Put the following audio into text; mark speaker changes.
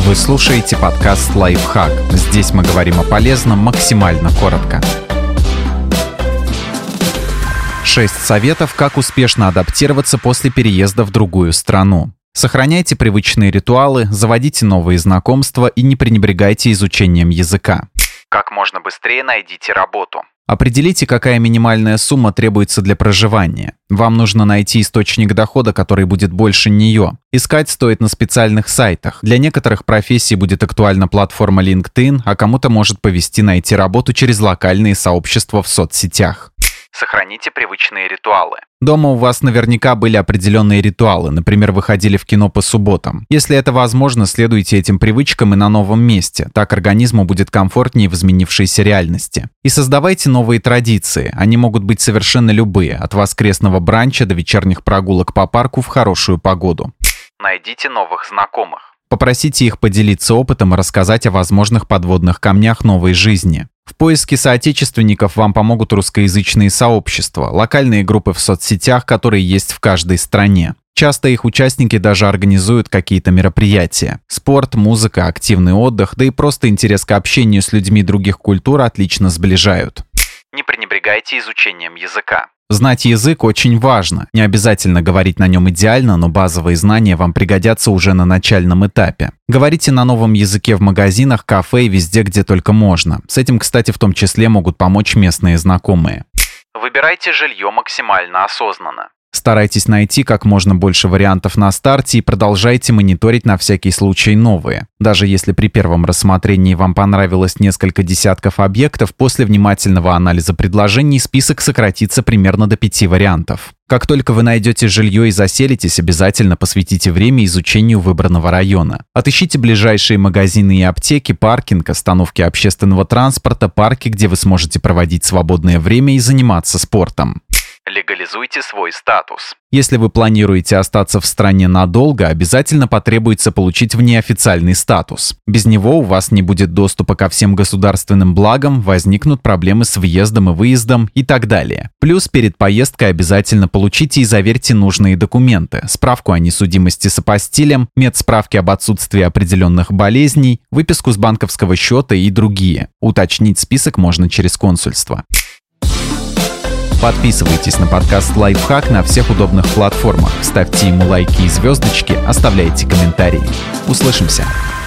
Speaker 1: Вы слушаете подкаст «Лайфхак». Здесь мы говорим о полезном максимально коротко. 6 советов, как успешно адаптироваться после переезда в другую страну. Сохраняйте привычные ритуалы, заводите новые знакомства и не пренебрегайте изучением языка.
Speaker 2: Как можно быстрее найдите работу.
Speaker 1: Определите, какая минимальная сумма требуется для проживания. Вам нужно найти источник дохода, который будет больше нее. Искать стоит на специальных сайтах. Для некоторых профессий будет актуальна платформа LinkedIn, а кому-то может повезти найти работу через локальные сообщества в соцсетях.
Speaker 2: Сохраните привычные ритуалы.
Speaker 1: Дома у вас наверняка были определенные ритуалы, например, вы ходили в кино по субботам. Если это возможно, следуйте этим привычкам и на новом месте, так организму будет комфортнее в изменившейся реальности. И создавайте новые традиции, они могут быть совершенно любые, от воскресного бранча до вечерних прогулок по парку в хорошую погоду.
Speaker 2: Найдите новых знакомых.
Speaker 1: Попросите их поделиться опытом и рассказать о возможных подводных камнях новой жизни. В поиске соотечественников вам помогут русскоязычные сообщества, локальные группы в соцсетях, которые есть в каждой стране. Часто их участники даже организуют какие-то мероприятия. Спорт, музыка, активный отдых, да и просто интерес к общению с людьми других культур отлично сближают.
Speaker 2: Не пренебрегайте изучением языка.
Speaker 1: Знать язык очень важно. Не обязательно говорить на нем идеально, но базовые знания вам пригодятся уже на начальном этапе. Говорите на новом языке в магазинах, кафе и везде, где только можно. С этим, кстати, в том числе могут помочь местные знакомые.
Speaker 2: Выбирайте жилье максимально осознанно.
Speaker 1: Старайтесь найти как можно больше вариантов на старте и продолжайте мониторить на всякий случай новые. Даже если при первом рассмотрении вам понравилось несколько десятков объектов, после внимательного анализа предложений список сократится примерно до 5 вариантов. Как только вы найдете жилье и заселитесь, обязательно посвятите время изучению выбранного района. Отыщите ближайшие магазины и аптеки, паркинг, остановки общественного транспорта, парки, где вы сможете проводить свободное время и заниматься спортом.
Speaker 2: Легализуйте свой статус.
Speaker 1: Если вы планируете остаться в стране надолго, обязательно потребуется получить внеофициальный статус. Без него у вас не будет доступа ко всем государственным благам, возникнут проблемы с въездом и выездом и так далее. Плюс перед поездкой обязательно получите и заверьте нужные документы: справку о несудимости с апостилем, медсправки об отсутствии определенных болезней, выписку с банковского счета и другие. Уточнить список можно через консульство. Подписывайтесь на подкаст «Лайфхак» на всех удобных платформах, ставьте ему лайки и звездочки, оставляйте комментарии. Услышимся!